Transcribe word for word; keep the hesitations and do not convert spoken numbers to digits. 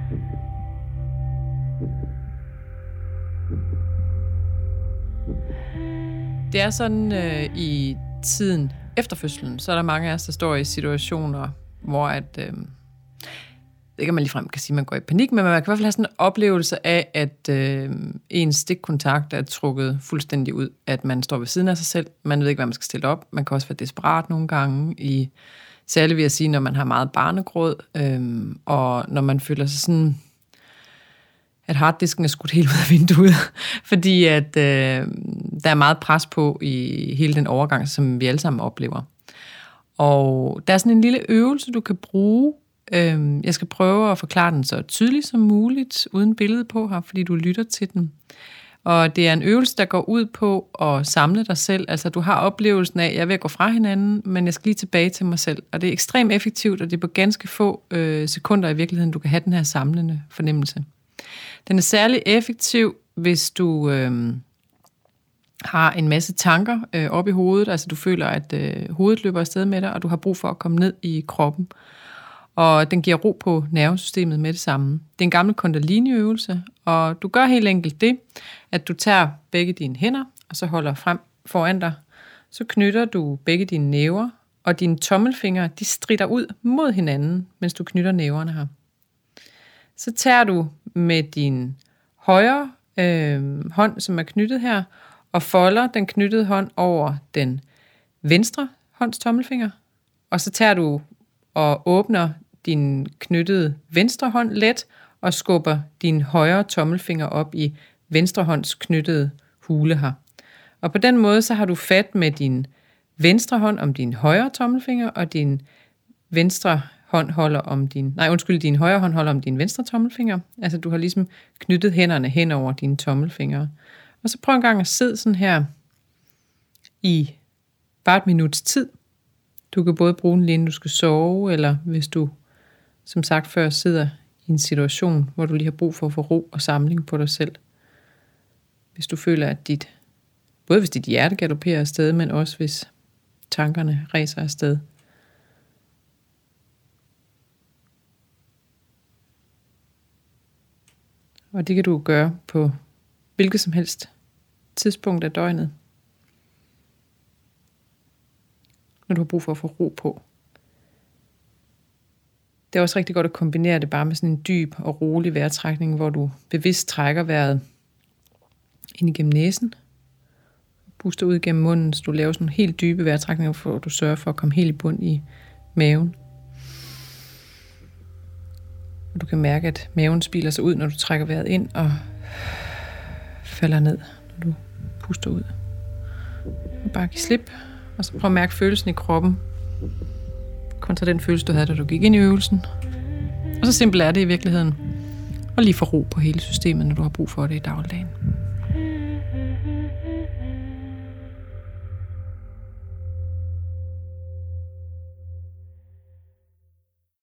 Det er sådan øh, i tiden efter fødslen, så er der mange af os, der står i situationer, hvor at, øh, det kan man ligefrem kan sige, at man går i panik, men man kan i hvert fald have sådan en oplevelse af, at øh, ens stikkontakt er trukket fuldstændig ud, at man står ved siden af sig selv, man ved ikke, hvad man skal stille op, man kan også være desperat nogle gange, i, særligt vil jeg sige, når man har meget barnegråd, øh, og når man føler sig sådan, at harddisken er skudt helt ud af vinduet, fordi at øh, der er meget pres på i hele den overgang, som vi alle sammen oplever. Og der er sådan en lille øvelse, du kan bruge. Øh, jeg skal prøve at forklare den så tydeligt som muligt, uden billede på her, fordi du lytter til den. Og det er en øvelse, der går ud på at samle dig selv. Altså du har oplevelsen af, at jeg er ved at gå fra hinanden, men jeg skal lige tilbage til mig selv. Og det er ekstremt effektivt, og det er på ganske få øh, sekunder i virkeligheden, du kan have den her samlende fornemmelse. Den er særlig effektiv, hvis du øh, har en masse tanker øh, op i hovedet, altså du føler, at øh, hovedet løber afsted med dig, og du har brug for at komme ned i kroppen. Og den giver ro på nervesystemet med det samme. Det er en gammel kundalini-øvelse, og du gør helt enkelt det, at du tager begge dine hænder, og så holder frem foran dig. Så knytter du begge dine næver, og dine tommelfingre, de stritter ud mod hinanden, mens du knytter næverne her. Så tager du med din højre øh, hånd, som er knyttet her, og folder den knyttede hånd over den venstre hånds tommelfinger. Og så tager du og åbner din knyttede venstre hånd let, og skubber din højre tommelfinger op i venstre hånds knyttede hule her. Og på den måde, så har du fat med din venstre hånd om din højre tommelfinger, og din venstre hånd holder om din, nej undskyld, din højre hånd holder om din venstre tommelfinger. Altså du har ligesom knyttet hænderne hen over dine tommelfingre. Og så prøv en gang at sidde sådan her i bare et minuts tid. Du kan både bruge den lige inden du skal sove, eller hvis du, som sagt før, sidder i en situation, hvor du lige har brug for at få ro og samling på dig selv. Hvis du føler, at dit, både hvis dit hjerte galopperer afsted, men også hvis tankerne ræser afsted. Og det kan du gøre på hvilket som helst tidspunkt af døgnet, når du har brug for at få ro på. Det er også rigtig godt at kombinere det bare med sådan en dyb og rolig vejrtrækning, hvor du bevidst trækker vejret ind igennem næsen, puster ud igennem munden, så du laver sådan en helt dybe vejrtrækninger, hvor du sørger for at komme helt i bund i maven. Og du kan mærke, at maven spiler sig ud, når du trækker vejret ind og falder ned, når du puster ud. Og bare giv slip, og så prøv at mærke følelsen i kroppen, kontra den følelse, du havde, da du gik ind i øvelsen. Og så simpelt er det i virkeligheden, og lige få ro på hele systemet, når du har brug for det i dagligdagen.